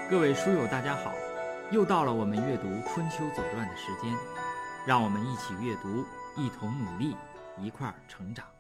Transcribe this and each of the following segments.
各位书友大家好，又到了我们阅读春秋左传的时间，让我们一起阅读，一同努力，一块儿成长。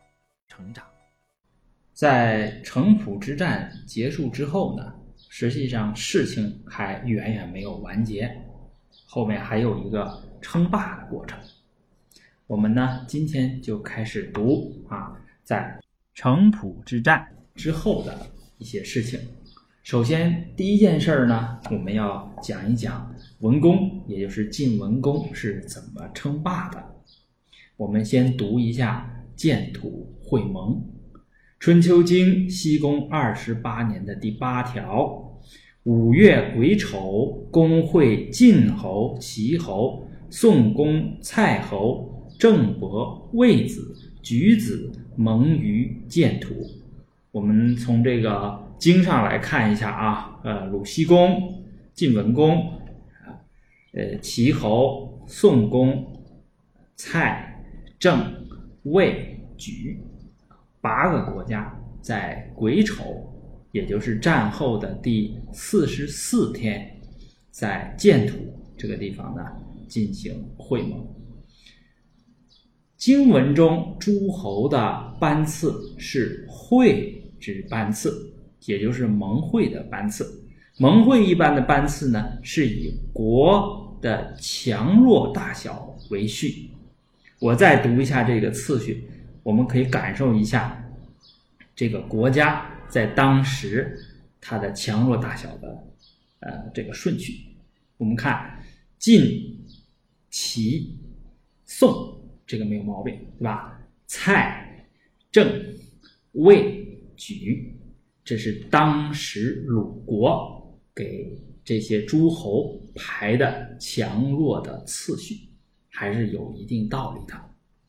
在城濮之战结束之后呢，实际上事情还远远没有完结，后面还有一个称霸的过程。我们呢今天就开始读在城濮之战之后的一些事情。首先第一件事呢，我们要讲一讲文公，也就是晋文公是怎么称霸的。我们先读一下建土会盟。春秋经西公28年的第8条，5月癸丑，公会晋侯、齐侯、宋公、蔡侯、郑伯、魏子、莒子盟于建土。我们从这个经上来看一下鲁僖公、晋文公、齐侯、宋公、蔡、郑、魏、莒8个国家在癸丑，也就是战后的第44天，在建土这个地方呢进行会盟。经文中诸侯的班次是会之班次，也就是盟会的班次。盟会一般的班次呢，是以国的强弱大小为序。我再读一下这个次序，我们可以感受一下这个国家在当时它的强弱大小的这个顺序。我们看晋、齐、宋，这个没有毛病，对吧？蔡、郑、魏、莒，这是当时鲁国给这些诸侯排的强弱的次序，还是有一定道理的。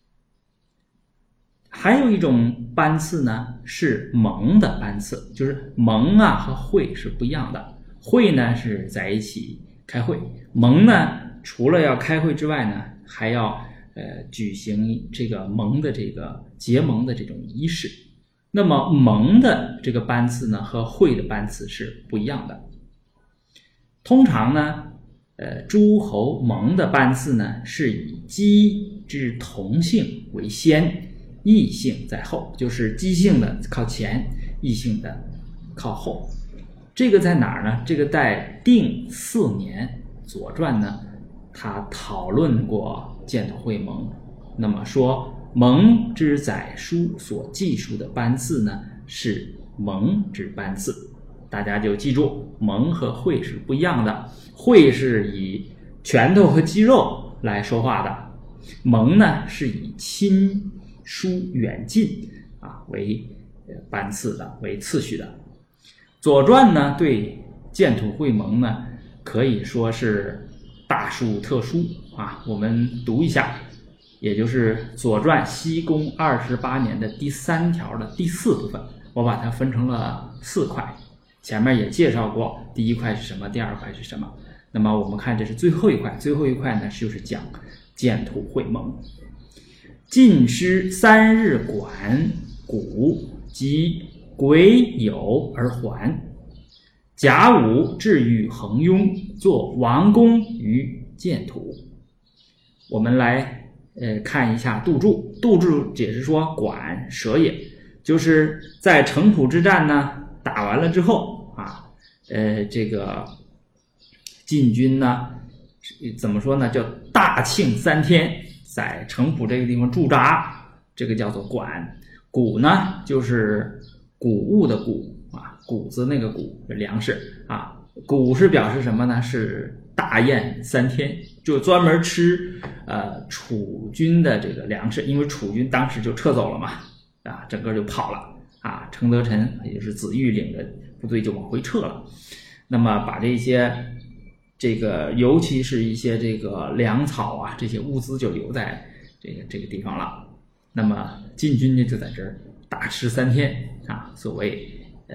还有一种班次呢，是盟的班次，就是盟和会是不一样的。会呢是在一起开会，盟呢除了要开会之外呢，还要举行这个盟的这个结盟的这种仪式。那么盟的这个班次呢和会的班次是不一样的。通常呢诸侯盟的班次呢是以姬之同姓为先，异姓在后，就是姬姓的靠前，异姓的靠后。这个在哪儿呢？这个在定4年左传呢，他讨论过建土会盟。那么说盟之载书所记述的班次呢，是盟之班次。大家就记住，盟和会是不一样的。会是以拳头和肌肉来说话的，盟呢是以亲疏远近为班次的，为次序的。左传呢对建土会盟呢可以说是大书特书我们读一下，也就是左传西公28年的第3条的第4部分，我把它分成了4块，前面也介绍过，第一块是什么，第二块是什么。那么我们看这是最后一块，最后一块呢就是讲建土会盟。晋师3日管谷及癸酉而还，甲午至于衡雍，作王公于建土。我们来看一下杜注。杜注解释说，管舍也，就是在城濮之战呢打完了之后这个晋军呢怎么说呢，叫大庆3天，在城濮这个地方驻扎，这个叫做管。谷呢就是谷物的谷谷子那个谷，粮食谷是表示什么呢？是大宴3天，就专门吃楚军的这个粮食，因为楚军当时就撤走了嘛整个就跑了程德臣也就是子玉领的部队就往回撤了。那么把这些这个尤其是一些这个粮草这些物资就留在这个地方了。那么晋军呢就在这儿大吃3天所谓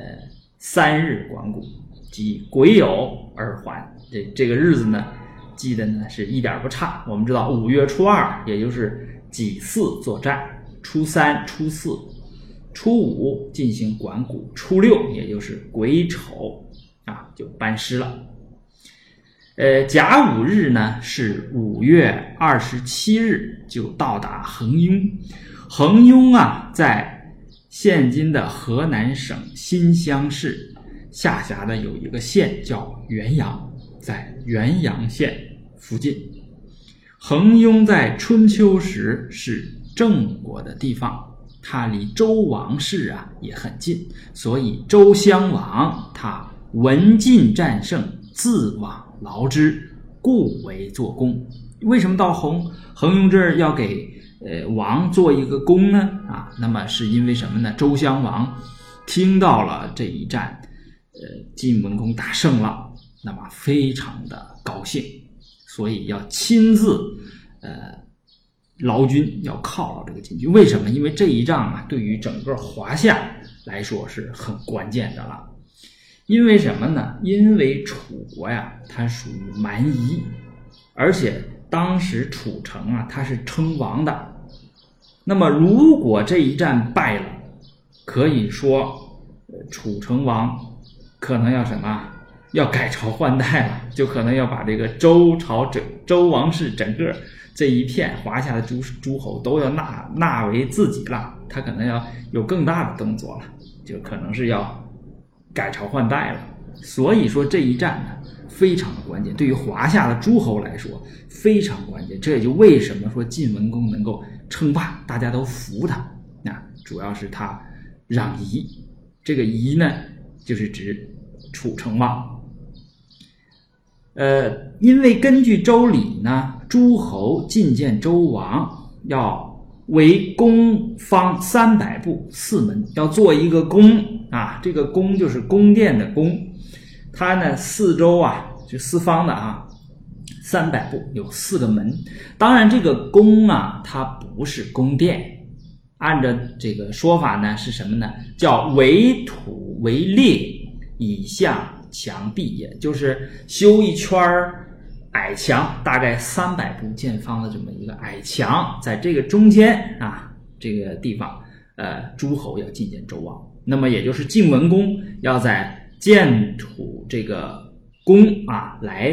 3日管谷即癸酉而还。这个日子呢记得呢是一点不差。我们知道5月初2也就是己巳作战，初3、初4、初5进行管谷，初6也就是癸丑就班师了。甲午日呢是5月27日就到达衡雍。衡雍在现今的河南省新乡市下辖的有一个县叫原阳，在原阳县附近。衡雍在春秋时是郑国的地方，它离周王室也很近，所以周襄王他闻晋战胜，自往劳之，故为做功。为什么到衡雍这儿要给王做一个功呢？那么是因为什么呢？周襄王听到了这一战晋文公打胜了，那么非常的高兴，所以要亲自劳军，要犒劳这个晋军。为什么？因为这一仗对于整个华夏来说是很关键的了。因为什么呢？因为楚国它属于蛮夷，而且当时楚城它是称王的。那么如果这一战败了，可以说楚成王可能要什么？要改朝换代了，就可能要把这个周王室整个这一片华夏的诸侯都要纳为自己了，他可能要有更大的动作了，就可能是要改朝换代了。所以说这一战非常的关键，对于华夏的诸侯来说非常关键。这也就为什么说晋文公能够称霸，大家都服他主要是他让夷。这个夷呢就是指楚成王。因为根据周礼呢，诸侯觐见周王要为宫方300步4门，要做一个宫这个宫就是宫殿的宫，它呢四周就四方的300步，有4个门。当然这个宫它不是宫殿，按照这个说法呢是什么呢？叫围土为列，以向墙壁也，就是修一圈矮墙，大概300步见方的这么一个矮墙，在这个中间这个地方诸侯要觐见周王。那么也就是晋文公要在建土这个宫来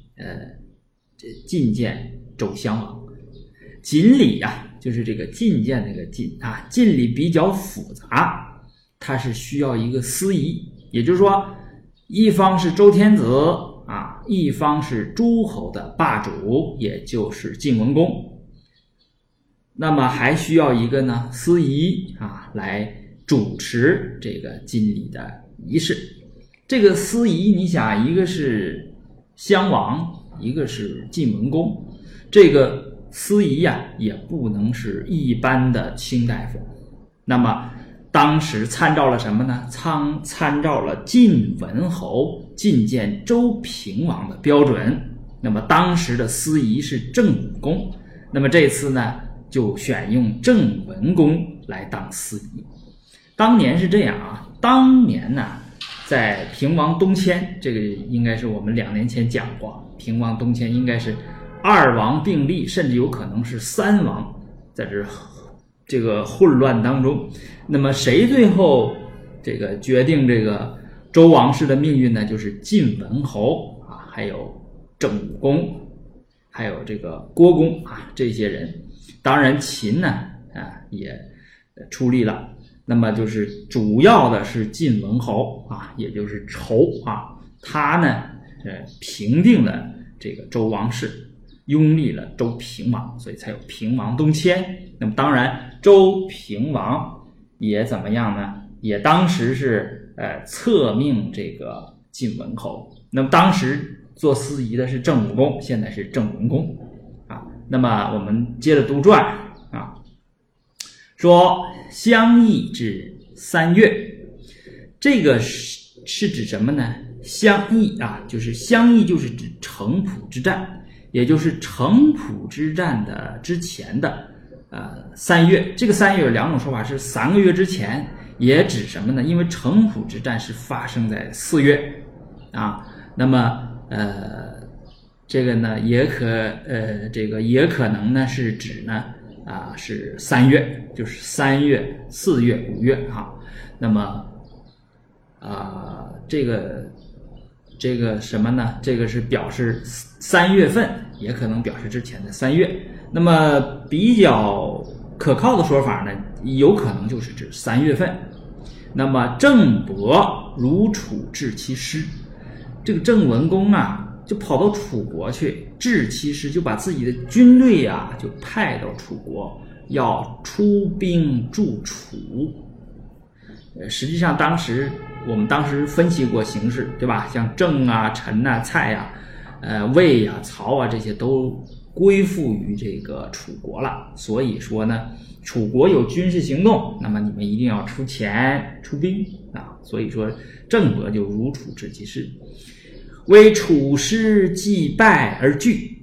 觐见周襄王。晋礼就是这个觐见这个晋礼比较复杂，它是需要一个司仪，也就是说一方是周天子一方是诸侯的霸主，也就是晋文公。那么还需要一个呢司仪来主持这个晋礼的仪式。这个司仪你想，一个是襄王，一个是晋文公，这个司仪也不能是一般的卿大夫。那么当时参照了什么呢？参照了晋文侯觐见周平王的标准。那么当时的司仪是郑武公，那么这次呢就选用郑文公来当司仪。当年是这样当年呢在平王东迁，这个应该是我们2年前讲过，平王东迁应该是2王并立，甚至有可能是3王在这个混乱当中。那么谁最后这个决定这个周王室的命运呢？就是晋文侯还有郑武公，还有这个郭公这些人。当然秦呢也出力了。那么就是主要的是晋文侯也就是仇他呢平定了这个周王室，拥立了周平王，所以才有平王东迁。那么当然周平王也怎么样呢？也当时是册命这个晋文侯。那么当时做司仪的是郑武公，现在是郑文公那么我们接着读传说襄邑至3月，这个是指什么呢？襄邑就是襄邑就是指城濮之战，也就是城濮之战的之前的3月。这个3月有2种说法，是3个月之前，也指什么呢？因为城濮之战是发生在4月那么这个呢也可能呢是指呢是3月，就是3月、4月、5月那么这个这个什么呢？这个是表示3月份，也可能表示之前的3月。那么比较可靠的说法呢，有可能就是指3月份。那么郑伯如楚治其师，这个郑文公啊，就跑到楚国去治其师，就把自己的军队啊就派到楚国，要出兵助楚。实际上我们当时分析过形势，对吧？像郑啊、陈啊、蔡啊、魏啊、曹啊，这些都归附于这个楚国了。所以说呢，楚国有军事行动，那么你们一定要出钱出兵啊。所以说郑伯就如楚治其师，为楚师既败而惧。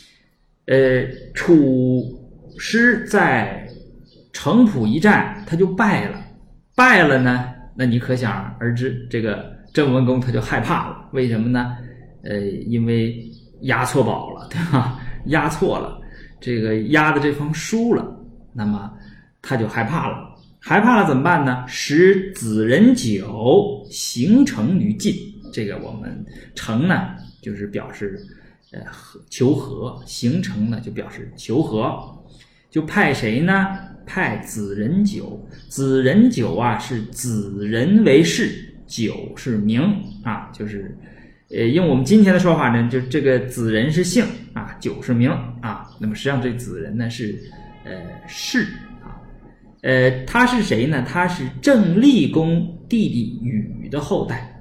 楚师在城濮一战他就败了呢，那你可想而知，这个郑文公他就害怕了。为什么呢？因为押错宝了，对吧？押错了，这个押的这方输了，那么他就害怕了。害怕了怎么办呢？使子人酒行城于晋。这个我们城呢，就是表示求和，行城呢就表示求和。就派谁呢？派子人酒。子人酒啊，是子人为氏，酒是名啊，就是用我们今天的说法呢，就这个子人是姓啊，酒是名啊。那么实际上这子人呢是氏啊。他是谁呢？他是郑厉公弟弟禹的后代。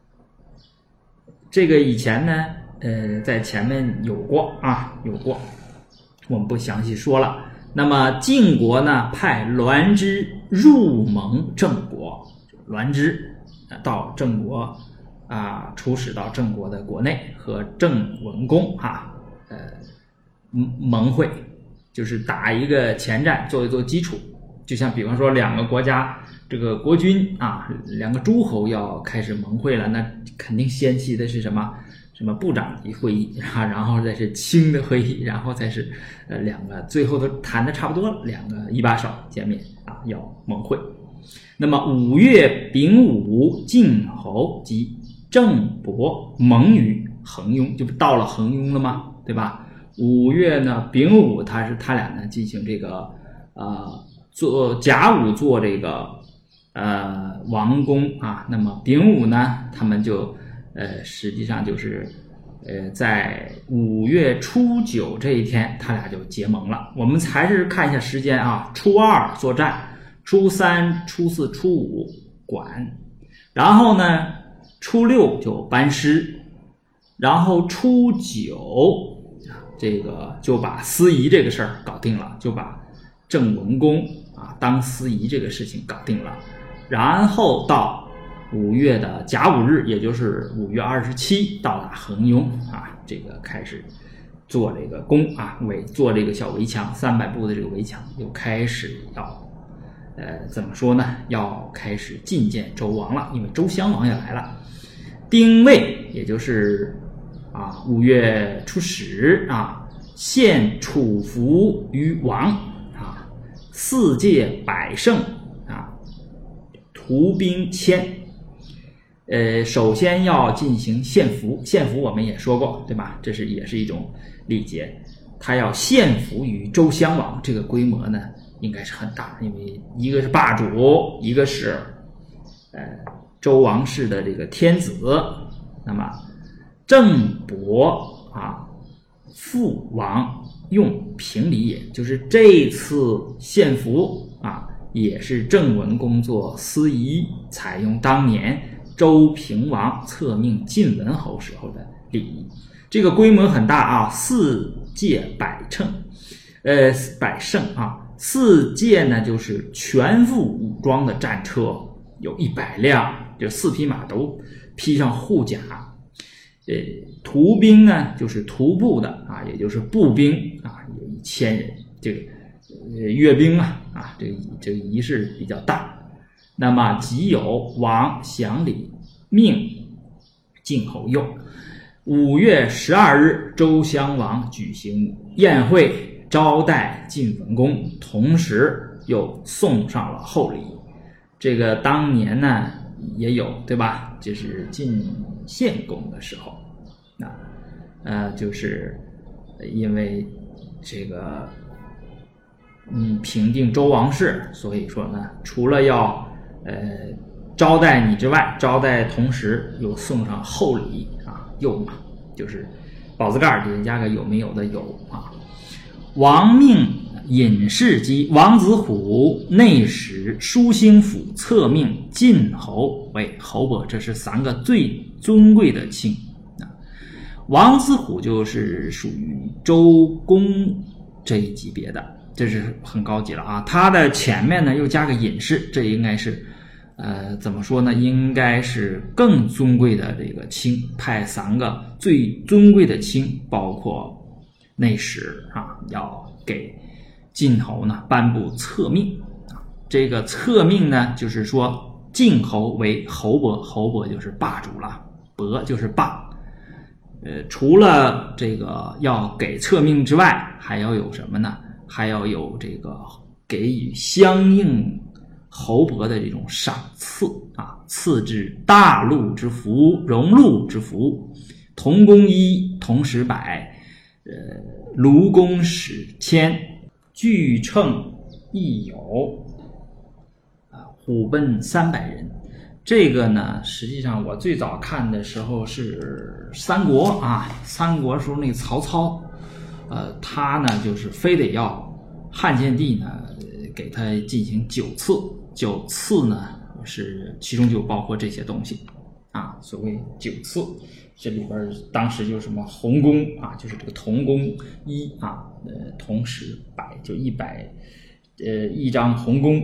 这个以前呢在前面有过，我们不详细说了。那么晋国呢，派栾枝入盟郑国，栾枝到郑国出使到郑国的国内，和郑文公盟会，就是打一个前站，做一做基础。就像比方说两个国家这个国君两个诸侯要开始盟会了，那肯定先期的是什么部长级会议，然后再是卿的会议，然后再是两个最后都谈的差不多了，两个一把手见面要盟会。那么5月丙午，晋侯及郑伯盟于衡雍，就到了衡雍了吗？对吧？5月呢，丙午他俩呢进行这个做甲午做这个王公那么丙午呢，他们就实际上就是在5月初9这一天，他俩就结盟了。我们还是看一下时间初2作战，初3、初4、初5管，然后呢初6就班师，然后初9这个就把司仪这个事儿搞定了，就把郑文公当司仪这个事情搞定了。然后到5月的甲午日，也就是5月27，到达衡雍这个开始做这个宫做这个小围墙，300步的这个围墙，又开始要怎么说呢？要开始觐见周王了，因为周襄王也来了。丁未，也就是5月初10献楚服于王4届百胜图兵1000。首先要进行献俘，我们也说过，对吧？这也是一种礼节，他要献俘于周襄王，这个规模呢应该是很大，因为一个是霸主，一个是周王室的这个天子。那么郑伯父王用平礼也，就是这次献俘也是郑文公做司仪，采用当年周平王册命晋文侯时候的礼仪。这个规模很大4届百胜4届呢就是全副武装的战车，有100辆，就4匹马都披上护甲。图兵呢就是徒步的也就是步兵有1000人。这个阅兵这个仪式比较大。那么即有王享礼，命晋侯用。5月12日，周襄王举行宴会招待晋文公，同时又送上了厚礼。这个当年呢也有，对吧？就是晋献公的时候，就是因为这个平定周王室，所以说呢，除了要招待你之外，招待同时又送上厚礼右嘛，就是宝字盖底下加个有没有的有王命尹氏及王子虎内史舒兴府册命晋侯为侯伯，这是3个最尊贵的卿。王子虎就是属于周公这一级别的，这是很高级了他的前面呢又加个尹氏，这应该是怎么说呢，应该是更尊贵的这个卿，派3个最尊贵的卿，包括内史要给晋侯呢颁布册命这个册命呢就是说晋侯为侯伯，侯伯就是霸主了，伯就是霸。除了这个要给册命之外，还要有什么呢？还要有这个给予相应侯伯的这种赏赐赐之大禄之福、荣禄之福、同工1、同时100、卢公使1000、巨称1友、虎贲300人。这个呢，实际上我最早看的时候是三国三国时候那个曹操，他呢就是非得要汉献帝呢给他进行9次呢是其中就包括这些东西所谓9次，这里边当时就什么洪公就是这个同工1同时100，就100张洪公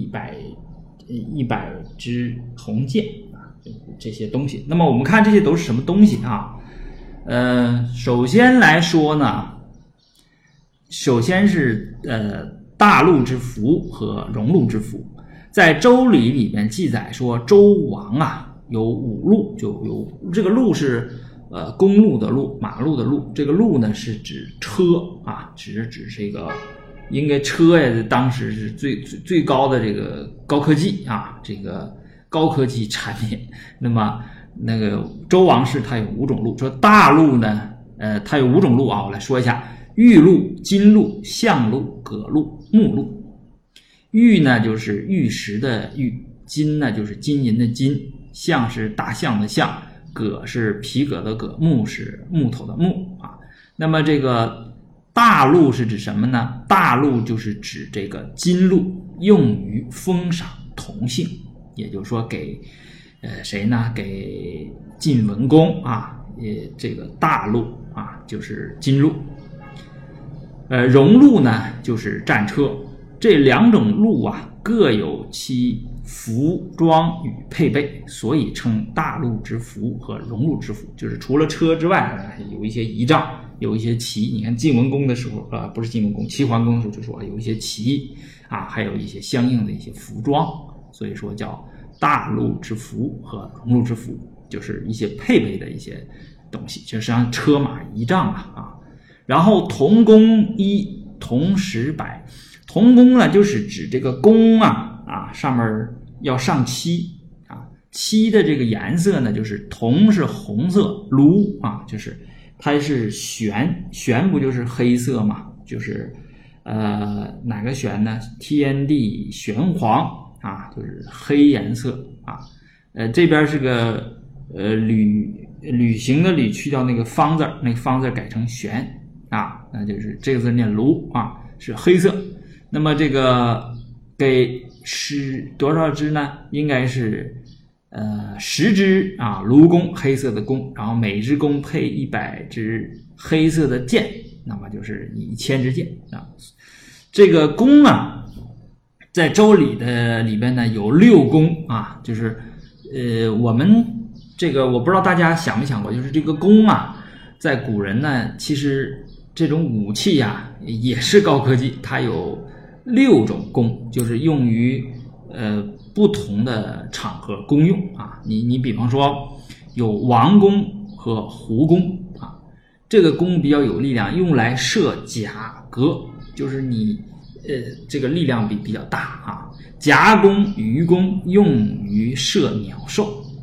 100支红箭这些东西。那么我们看这些都是什么东西首先来说呢，首先是大禄之福和荣禄之福。在周礼里面记载说，周王有5路，就有这个路是公路的路，马路的路，这个路呢是指车指这个应该车呀，当时是最高的这个高科技这个高科技产品。那么那个周王室它有5种路，说大路呢它有5种路我来说一下：玉路、金路、象路、葛路、木路。玉呢就是玉石的玉，金呢就是金银的金，象是大象的象，葛是皮革的葛，木是木头的木那么这个大禄是指什么呢？大禄就是指这个金禄，用于封赏同姓，也就是说给谁呢？给晋文公这个大禄就是金禄。荣禄呢就是战车。这2种禄各有其服装与配备，所以称大禄之服和荣禄之服。就是除了车之外有一些仪仗，有一些旗。你看晋文公的时候不是晋文公，齐桓公的时候就说有一些旗还有一些相应的一些服装，所以说叫大禄之服和荣禄之服，就是一些配备的一些东西，就像车马仪仗然后同工1，同时100。同工呢就是指这个工上面要上漆漆的这个颜色呢就是铜是红色，卢就是它是玄不就是黑色嘛，就是哪个玄呢？天地玄黄就是黑颜色这边是个旅行的旅去掉那个方字，那个方字改成玄那就是这个字念卢是黑色。那么这个给多少支呢？应该是10支卢弓，黑色的弓，然后每支弓配100支黑色的箭，那么就是1000支箭这个弓在周礼的里边呢有6弓就是我们这个我不知道大家想没想过，就是这个弓在古人呢其实这种武器也是高科技，它有6种弓，就是用于不同的场合公用你比方说有王弓和胡弓这个弓比较有力量，用来射甲革，就是你这个力量比较大甲弓、鱼弓用于射鸟兽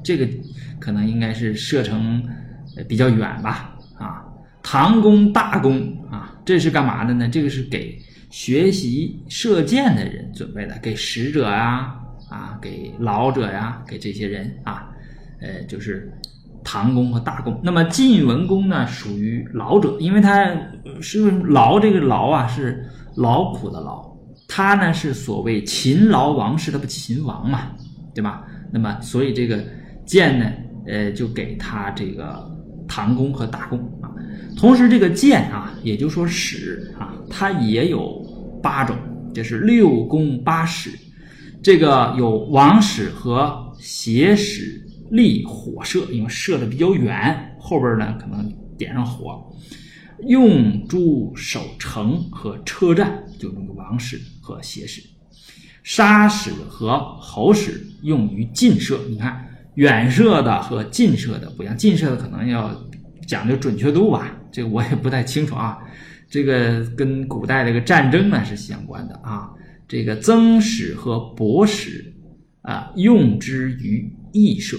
这个可能应该是射程比较远吧啊。唐弓大弓啊，这是干嘛的呢？这个是给学习射箭的人准备的，给使者啊，给老者呀，给这些人啊，就是唐弓和大弓。那么晋文公呢，属于老者，因为他是劳，这个劳啊是劳苦的劳，他呢是所谓勤劳王室，他不秦王嘛，对吧？那么所以这个箭呢，就给他这个唐弓和大弓啊。同时这个箭啊，也就是说矢啊，它也有8种，就是6弓8矢。这个有王矢和斜矢立火射，因为射的比较远，后边呢可能点上火。用诸守城和车站，就那个王矢和斜矢。杀矢和侯矢用于近射，你看远射的和近射的不一样，近射的可能要讲究准确度吧，这个我也不太清楚啊。这个跟古代这个战争呢是相关的啊。这个增矢和薄矢啊，用之于翼射。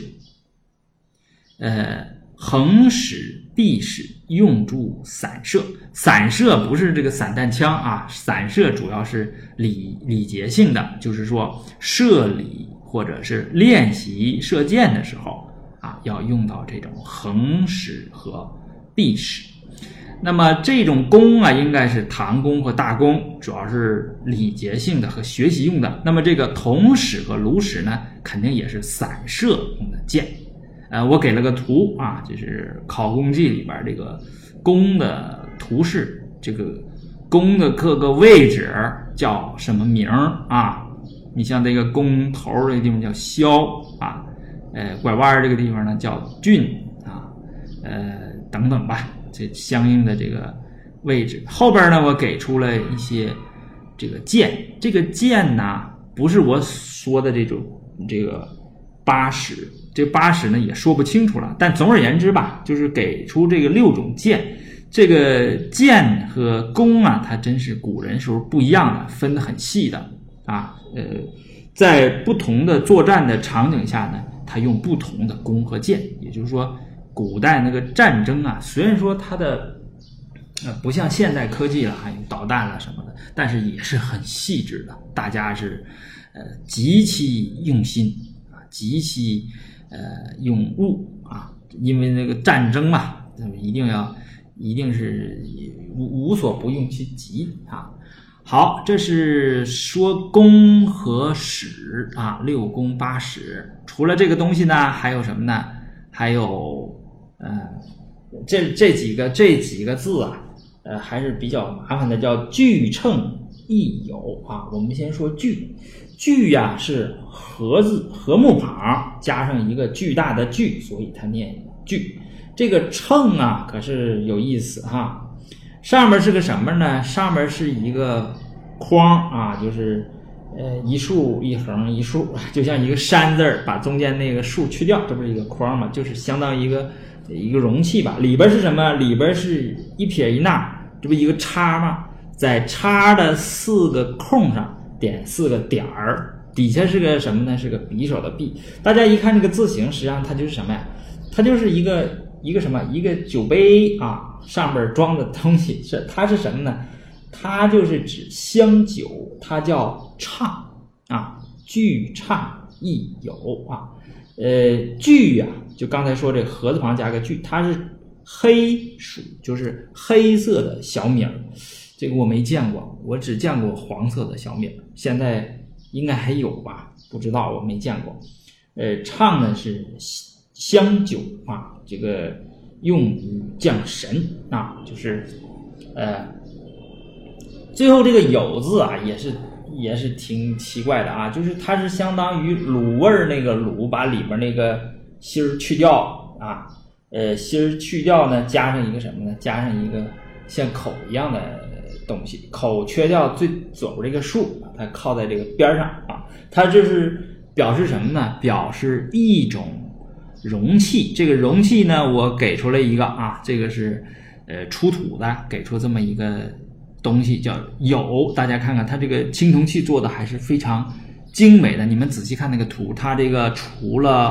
横矢避矢用诸散射，散射不是这个散弹枪啊，散射主要是礼节性的，就是说射礼或者是练习射箭的时候啊，要用到这种横矢和避矢。那么这种弓啊，应该是唐弓和大弓，主要是礼节性的和学习用的。那么这个铜矢和卢矢呢，肯定也是散射用的箭。我给了个图啊，就是考工记里边这个弓的图示，这个弓的各个位置叫什么名啊？你像这个弓头这个地方叫梟啊，拐弯这个地方呢叫峻啊，等等吧，这相应的这个位置。后边呢，我给出了一些这个箭，这个箭呢不是我说的这种这个8矢。这8矢呢也说不清楚了，但总而言之吧，就是给出这个6种箭。这个箭和弓啊，它真是古人时候不一样的，分得很细的啊。在不同的作战的场景下呢，它用不同的弓和箭。也就是说，古代那个战争啊，虽然说它的不像现代科技了，还有导弹了什么的，但是也是很细致的，大家是极其用心啊，极其用物啊，因为那个战争嘛，一定是无所不用其极啊。好，这是说弓和矢啊，6弓8矢。除了这个东西呢，还有什么呢？还有这几个字啊，还是比较麻烦的，叫矩称亦有啊。我们先说矩。矩呀是禾字，禾木旁加上一个巨大的巨，所以它念矩。这个称啊可是有意思哈，上面是个什么呢？上面是一个框啊，就是一竖一横一竖，就像一个山字，把中间那个竖去掉，这不是一个框吗？就是相当于一个容器吧。里边是什么？里边是一撇一捺，这不一个叉吗？在叉的4个空上点4个点儿，底下是个什么呢？是个匕首的匕。大家一看这个字形，实际上它就是什么呀？它就是一个什么？一个酒杯啊，上面装的东西它是什么呢？它就是指香酒，它叫怅啊，矩怅亦有啊。矩啊，就刚才说这个禾字旁加个矩，它是黑鼠，就是黑色的小米儿。这个我没见过，我只见过黄色的小米儿，现在应该还有吧？不知道，我没见过。怅呢是香酒啊，这个用于降神啊，就是最后这个有字啊，也是挺奇怪的啊，就是它是相当于卤味那个卤，把里边那个芯儿去掉啊，芯儿去掉呢，加上一个什么呢？加上一个像口一样的东西，口缺掉最左边这个竖，它靠在这个边上啊，它就是表示什么呢？表示一种容器。这个容器呢，我给出了一个啊，这个是出土的，给出这么一个东西叫有。大家看看它这个青铜器做的还是非常精美的，你们仔细看那个图，它这个除了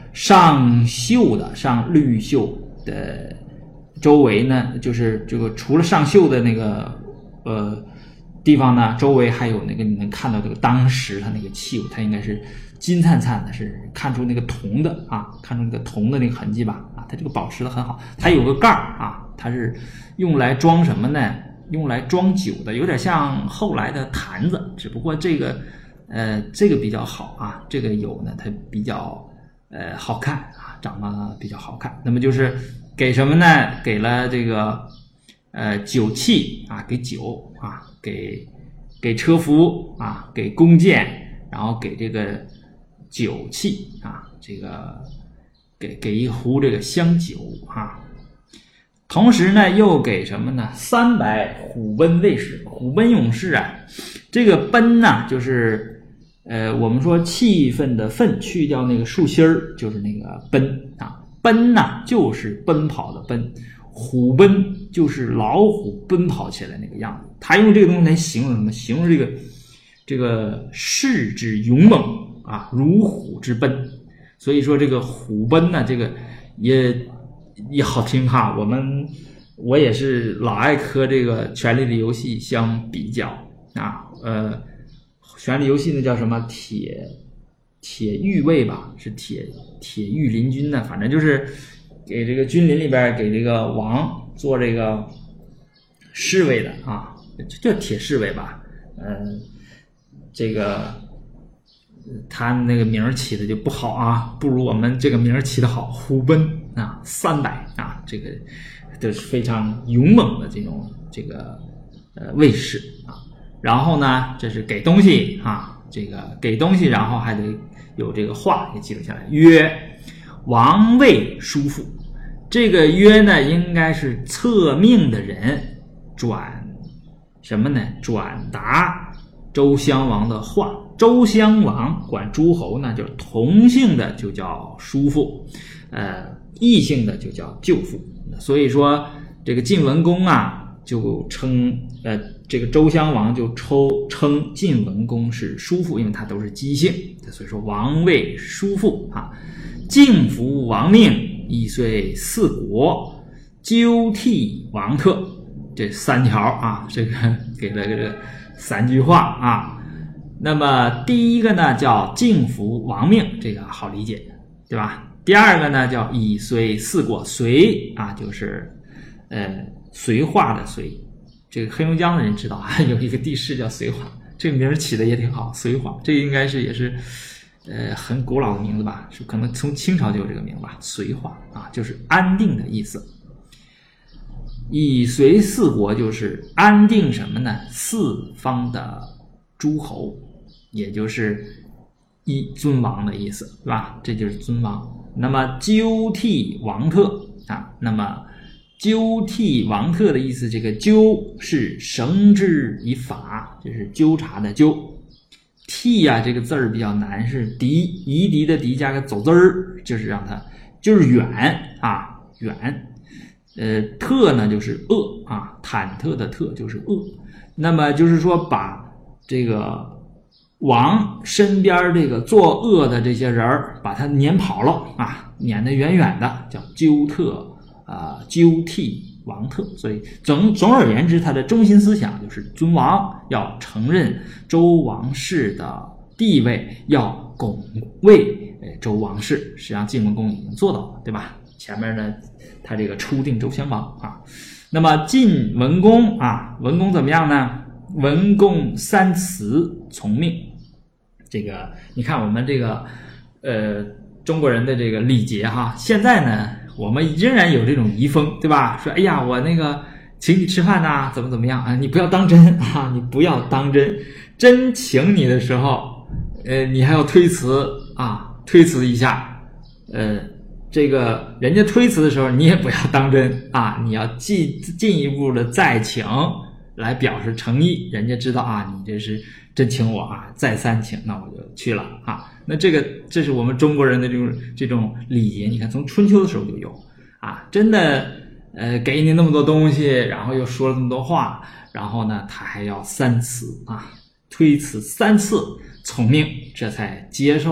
上绣的上绿绣的周围呢，就是这个除了上绣的那个地方呢，周围还有那个你能看到这个当时它那个器物，它应该是金灿灿的，是看出那个铜的啊，看出那个铜的那个痕迹吧啊，它这个保持的很好。它有个盖儿啊，它是用来装什么呢？用来装酒的，有点像后来的坛子，只不过这个比较好啊，这个有呢它比较好看啊，长得比较好看。那么就是给什么呢？给了这个酒器啊，给酒啊，给车服啊，给弓箭，然后给这个酒器啊，这个给一壶这个香酒啊。同时呢，又给什么呢？300虎贲卫士，虎贲勇士啊。这个贲呢，就是我们说气愤的愤，去掉那个竖心儿，就是那个奔啊。奔呢，就是奔跑的奔。虎奔就是老虎奔跑起来那个样子。他用这个东西来形容什么？形容这个势之勇猛啊，如虎之奔。所以说这个虎奔呢，这个也好听哈。我也是老爱和这个权力的游戏相比较啊。权力游戏那叫什么铁御卫吧，是铁御林军呢，反正就是给这个军林里边给这个王做这个侍卫的啊，这叫铁侍卫吧。这个他那个名起的就不好啊，不如我们这个名起的好，虎贲啊，300啊，这个都是非常勇猛的这个卫士啊。然后呢，这是给东西啊，这个给东西，然后还得有这个话也记录下来，曰王位叔父。这个曰呢，应该是册命的人转什么呢？转达周襄王的话。周襄王管诸侯呢，就是同姓的就叫叔父，异姓的就叫舅父。所以说这个晋文公啊，就称这个周襄王就称晋文公是叔父，因为他都是姬姓，所以说王位叔父啊。敬服王命，亦遂4国，纠替王特，这3条啊，这个给了这个3句话啊。那么第一个呢叫敬服王命，这个好理解，对吧？第二个呢叫以随4国，随啊就是绥化的绥，这个黑龙江的人知道啊，有一个地势叫绥化，这个名起的也挺好，绥化，这个应该是也是很古老的名字吧，是可能从清朝就有这个名吧，绥化啊就是安定的意思。以随4国就是安定什么呢？四方的诸侯，也就是尊王的意思，对吧？这就是尊王。那么纠替王特啊，那么纠替王特的意思，这个纠是绳之以法，就是纠察的纠。替啊这个字儿比较难，是夷狄的狄加个走字儿，就是让它就是远啊远。特呢就是恶啊，忐忑的特就是恶。那么就是说把这个王身边这个作恶的这些人把他撵跑了啊，撵得远远的，叫纠替王特。所以总而言之，他的中心思想就是尊王，要承认周王室的地位，要拱卫周王室。实际上晋文公已经做到了，对吧？前面呢他这个初定周襄王啊。那么晋文公啊，文公怎么样呢？文公3辞从命。这个你看我们这个中国人的这个礼节哈，现在呢我们仍然有这种遗风，对吧？说哎呀，我那个请你吃饭呐，怎么样啊？你不要当真啊，你不要当真，真请你的时候，你还要推辞啊，推辞一下，这个人家推辞的时候，你也不要当真啊，你要进一步的再请，来表示诚意，人家知道啊，你这是真请我啊，再三请，那我就去了啊。那这是我们中国人的这种礼节，你看从春秋的时候就有啊，真的给你那么多东西，然后又说了那么多话，然后呢他还要3辞啊，推辞3次从命，这才接受了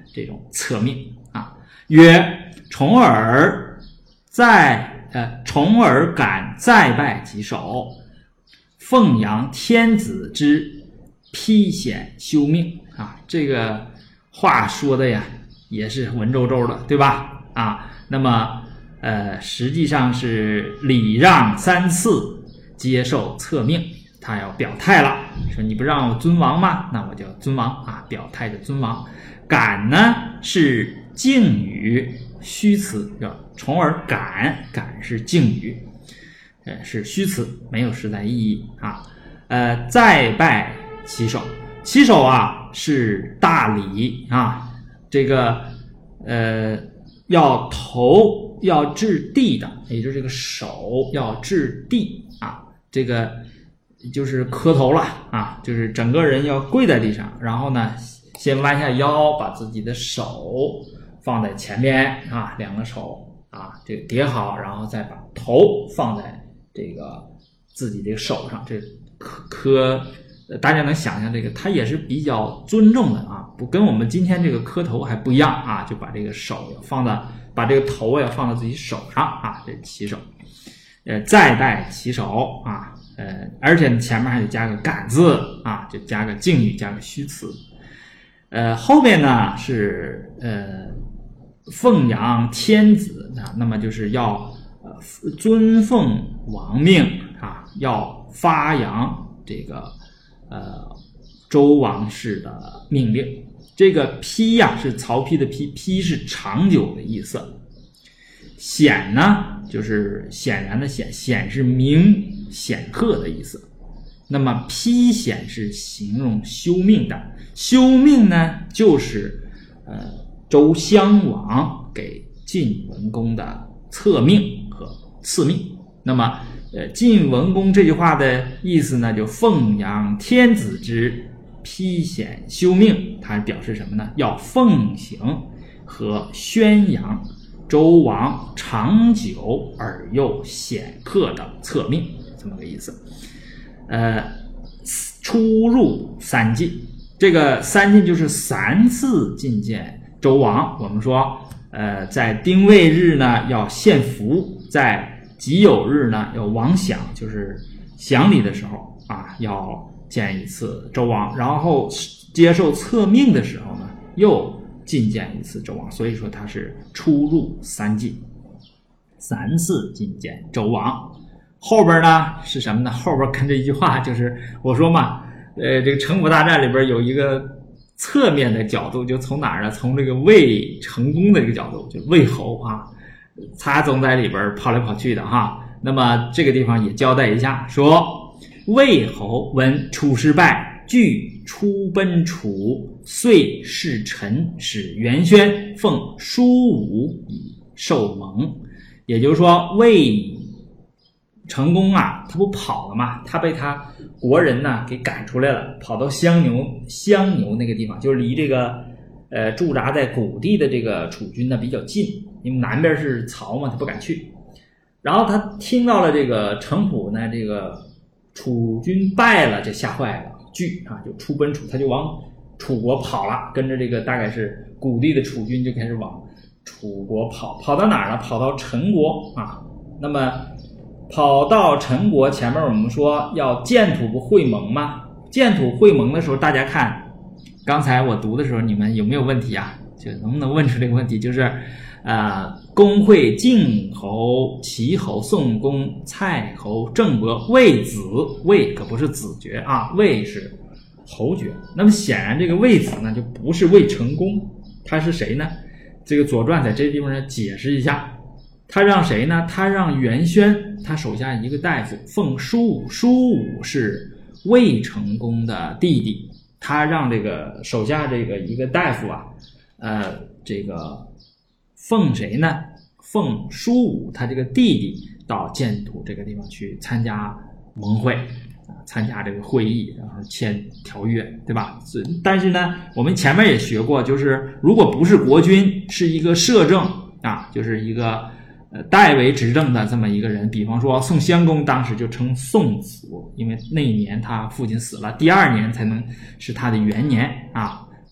这种册命啊。曰：重耳感再拜己首，奉阳天子之披显修命啊。这个话说的呀也是文绉绉的，对吧？啊，那么实际上是礼让3次接受册命，他要表态了，说你不让我尊王吗？那我就尊王啊，表态的尊王。感呢是敬语虚词，叫重耳感，感是敬语，是虚词，没有实在意义啊。再拜其首，其首啊是大礼啊，这个要头要置地的，也就是这个手要置地啊，这个就是磕头了啊，就是整个人要跪在地上，然后呢先弯下腰，把自己的手放在前面啊，两个手啊这个叠好，然后再把头放在这个自己这个手上，这大家能想象这个，它也是比较尊重的啊，不跟我们今天这个磕头还不一样啊，就把这个手把这个头要放到自己手上啊，这起手，再拜其首啊，而且前面还得加个感字啊，就加个敬语，加个虚词。后面呢是奉阳天子啊，那么就是要尊奉王命啊，要发扬这个周王室的命令。这个披呀是曹丕的披是长久的意思。显呢就是显然的显是明显赫的意思。那么披显是形容修命的，修命呢就是周襄王给晋文公的册命和赐命。那么晋文公这句话的意思呢，就奉扬天子之披显修命，它表示什么呢？要奉行和宣扬周王长久而又显赫的册命，这么个意思。出入3晋，这个3晋就是3次觐见周王。我们说在丁未日呢要献俘，在己酉日呢要王享，就是享礼的时候啊要见一次周王，然后接受册命的时候呢又觐见一次周王，所以说他是出入3晋，3次觐见周王。后边呢是什么呢？后边跟这一句话就是我说嘛，这个城府大战里边有一个侧面的角度，就从哪儿呢？从这个魏成功的这个角度，就魏侯啊，他总在里边跑来跑去的哈。那么这个地方也交代一下，说魏侯闻楚师败，惧出奔楚，遂使臣使元宣奉叔武以受盟。也就是说魏成功啊，他不跑了吗？他被他国人呢给赶出来了，跑到襄牛那个地方，就是离这个驻扎在谷地的这个楚军呢比较近，因为南边是曹嘛，他不敢去。然后他听到了这个城濮呢，这个楚军败了，就吓坏了，惧啊，就出奔楚，他就往楚国跑了，跟着这个大概是谷地的楚军就开始往楚国跑到哪儿呢？跑到陈国啊。那么跑到陈国，前面我们说要建土不会盟吗？建土会盟的时候，大家看刚才我读的时候，你们有没有问题啊？就能不能问出这个问题？就是公会晋侯、齐侯、宋公、蔡侯、郑伯、魏子，魏可不是子爵啊，魏是侯爵。那么显然这个魏子呢就不是魏成功，他是谁呢？这个左传在这地方呢解释一下，他让谁呢？他让元宣，他手下一个大夫奉叔武，叔武是魏成功的弟弟，他让这个手下这个一个大夫啊，这个奉谁呢？奉叔武他这个弟弟到建土这个地方去参加盟会参加这个会议，然后签条约，对吧？但是呢，我们前面也学过，就是如果不是国君，是一个摄政啊，就是一个代为执政的这么一个人，比方说宋襄公当时就称宋子，因为那一年他父亲死了，第2年才能是他的元年啊。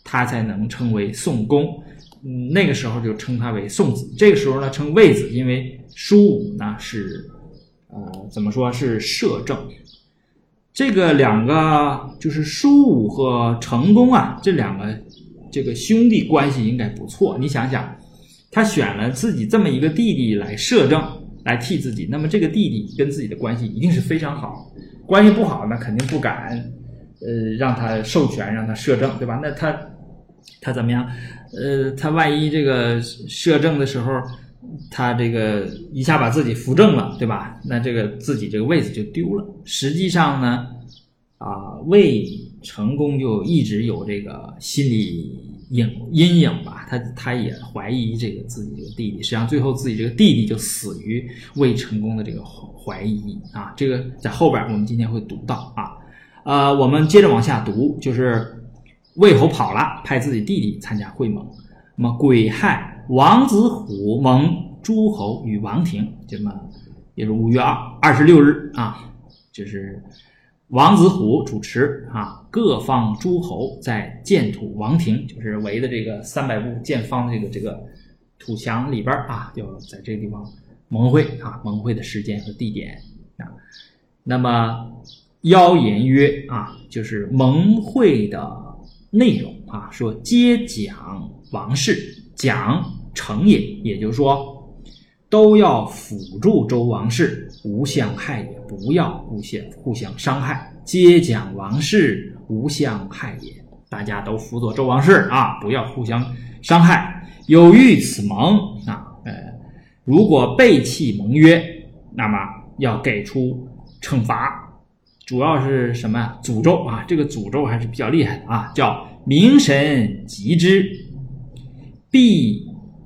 他才能称为宋公。那个时候就称他为宋子。这个时候呢称魏子，因为叔武呢是怎么说是摄政。这个两个就是叔武和成公啊，这两个这个兄弟关系应该不错。你想想，他选了自己这么一个弟弟来摄政，来替自己，那么这个弟弟跟自己的关系一定是非常好。关系不好呢，肯定不敢让他授权，让他摄政，对吧？那他怎么样？他万一这个摄政的时候，他这个一下把自己扶正了，对吧？那这个自己这个位子就丢了。实际上呢，魏成公就一直有这个心理阴影吧，他也怀疑这个自己这个弟弟，实际上最后自己这个弟弟就死于魏成公的这个怀疑啊。这个在后边我们今天会读到啊。我们接着往下读，就是魏侯跑了，派自己弟弟参加会盟。那么癸亥，王子虎盟诸侯与王庭，这么也是5月26日啊，就是王子虎主持啊，各方诸侯在建土王庭，就是围的这个300步见方的这个土墙里边啊，就在这个地方盟会啊，盟会的时间和地点啊。那么邀言曰啊，就是盟会的内容啊，说皆讲王事，讲成也，也就是说都要辅助周王室，无相害也，不要互相伤害。皆讲王事，无相害也，大家都辅佐周王室啊，不要互相伤害。有遇此盟啊，如果背弃盟约，那么要给出惩罚。主要是什么诅咒啊？这个诅咒还是比较厉害的啊，叫明神极之，必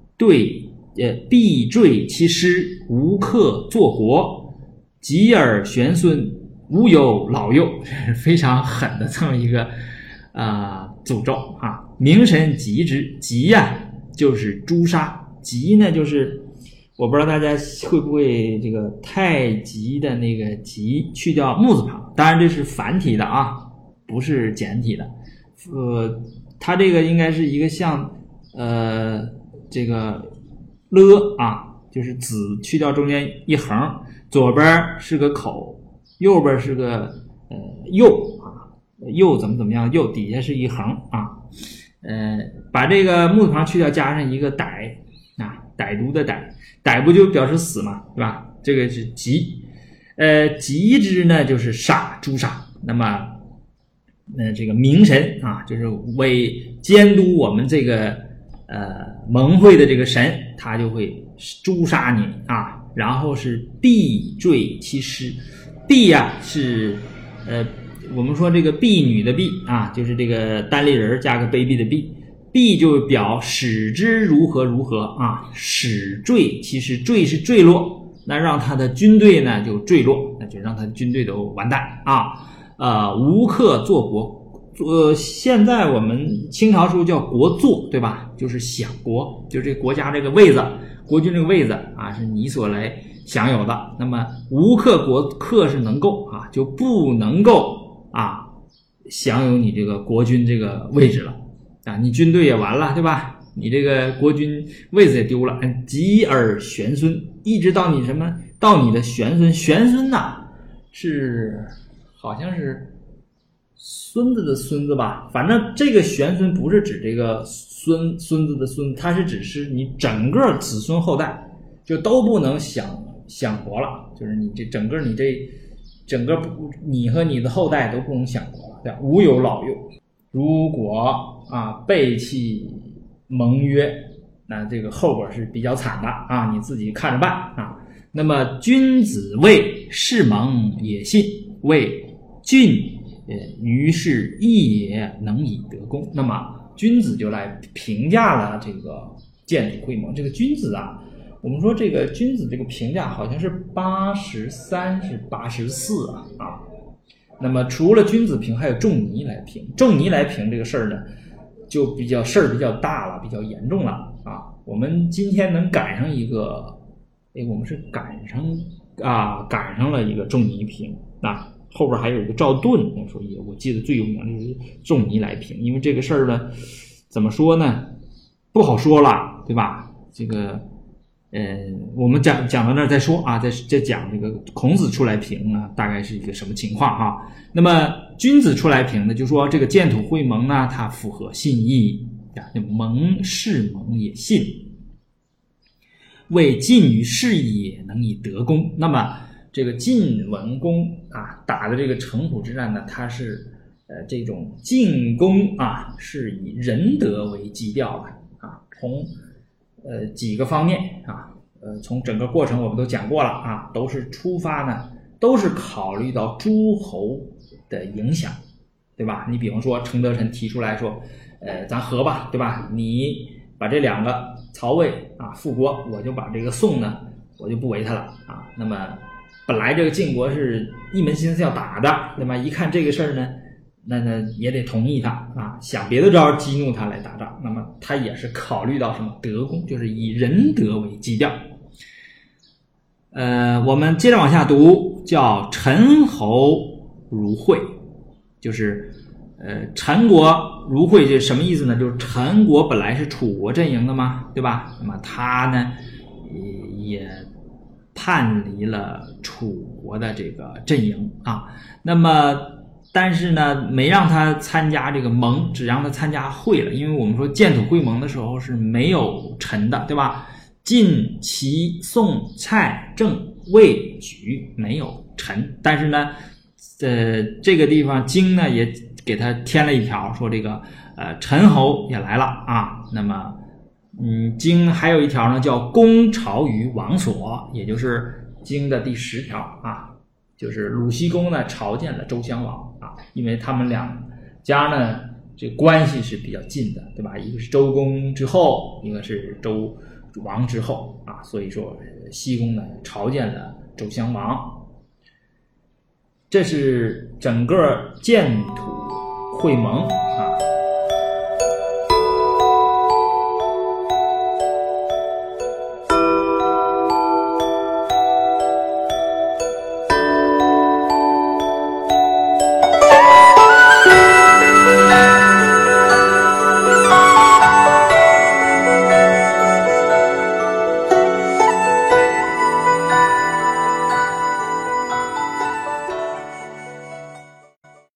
坠其师，无克作国，及尔玄孙，无有老幼，非常狠的这么一个诅咒啊！明神极之，极啊就是诛杀，极呢就是我不知道大家会不会这个太极的那个极去掉木字旁，当然这是繁体的啊，不是简体的。它这个应该是一个像这个了啊，就是子去掉中间一横，左边是个口，右边是个右啊，右怎么样，右底下是一横啊，把这个木字旁去掉，加上一个歹啊，歹毒的歹，歹不就表示死嘛，对吧？这个是极，极之呢就是杀，诛杀。那么这个明神啊，就是为监督我们这个盟会的这个神，他就会诛杀你啊。然后是必坠其师，必啊是我们说这个婢女的婢啊，就是这个单立人加个卑鄙的鄙，必就表使之如何如何啊，使坠其实坠是坠落，那让他的军队呢就坠落，那就让他的军队都完蛋啊。无克作国，现在我们清朝时候叫国祚，对吧？就是享国，就是这个国家这个位子，国君这个位子啊，是你所来享有的。那么无克国，克是能够啊，就不能够啊享有你这个国君这个位置了啊，你军队也完了，对吧？你这个国君位子也丢了。及尔玄孙，一直到你什么？到你的玄孙，玄孙呐是好像是孙子的孙子吧，反正这个玄孙不是指这个孙子的孙子，它是指是你整个子孙后代就都不能享国了，就是你这整个你和你的后代都不能享国了，对吧？无有老幼。如果背弃盟约，那这个后果是比较惨的啊，你自己看着办啊。那么君子谓是盟也信，谓郡于是义也，能以得功。那么君子就来评价了这个建土会盟。这个君子啊，我们说这个君子这个评价好像是83是84啊。那么除了君子评，还有仲尼来评。仲尼来评这个事儿呢，就事儿比较大了，比较严重了啊。我们今天能赶上一个，我们是赶上了一个仲尼评啊。后边还有一个赵盾，那时候我记得最有名的就是仲尼来评，因为这个事儿呢， 怎么说呢？不好说了，对吧？这个我们讲到那儿再说啊，再讲这个孔子出来评呢，大概是一个什么情况哈？那么君子出来评呢，就说这个建土会盟呢，它符合信义啊，盟是盟也信，为晋于事也，能以德公。那么这个晋文公啊打的这个城濮之战呢，它是这种进攻啊，是以仁德为基调的啊，从几个方面啊，从整个过程我们都讲过了啊，都是出发呢，都是考虑到诸侯的影响，对吧？你比方说程德臣提出来说，咱和吧，对吧？你把这两个曹魏啊复国，我就把这个宋呢，我就不为他了啊。那么本来这个晋国是一门心思要打的，对吧？一看这个事儿呢，那也得同意他啊，想别的招激怒他来打仗。那么他也是考虑到什么德公，就是以仁德为基调。我们接着往下读，叫陈侯如会，就是陈国如会，这什么意思呢？就是陈国本来是楚国阵营的嘛，对吧？那么他呢也叛离了楚国的这个阵营啊。那么但是呢，没让他参加这个盟，只让他参加会了。因为我们说建土会盟的时候是没有陈的，对吧？晋、齐、宋、蔡、郑、魏、莒没有陈，但是呢，这个地方荆呢也给他添了一条，说这个陈侯也来了啊。那么荆还有一条呢，叫攻朝于王所，也就是荆的第10条啊。就是鲁僖公呢朝见了周襄王啊，因为他们两家呢这关系是比较近的，对吧？一个是周公之后，一个是周王之后啊，所以说僖公呢朝见了周襄王。这是整个建土会盟啊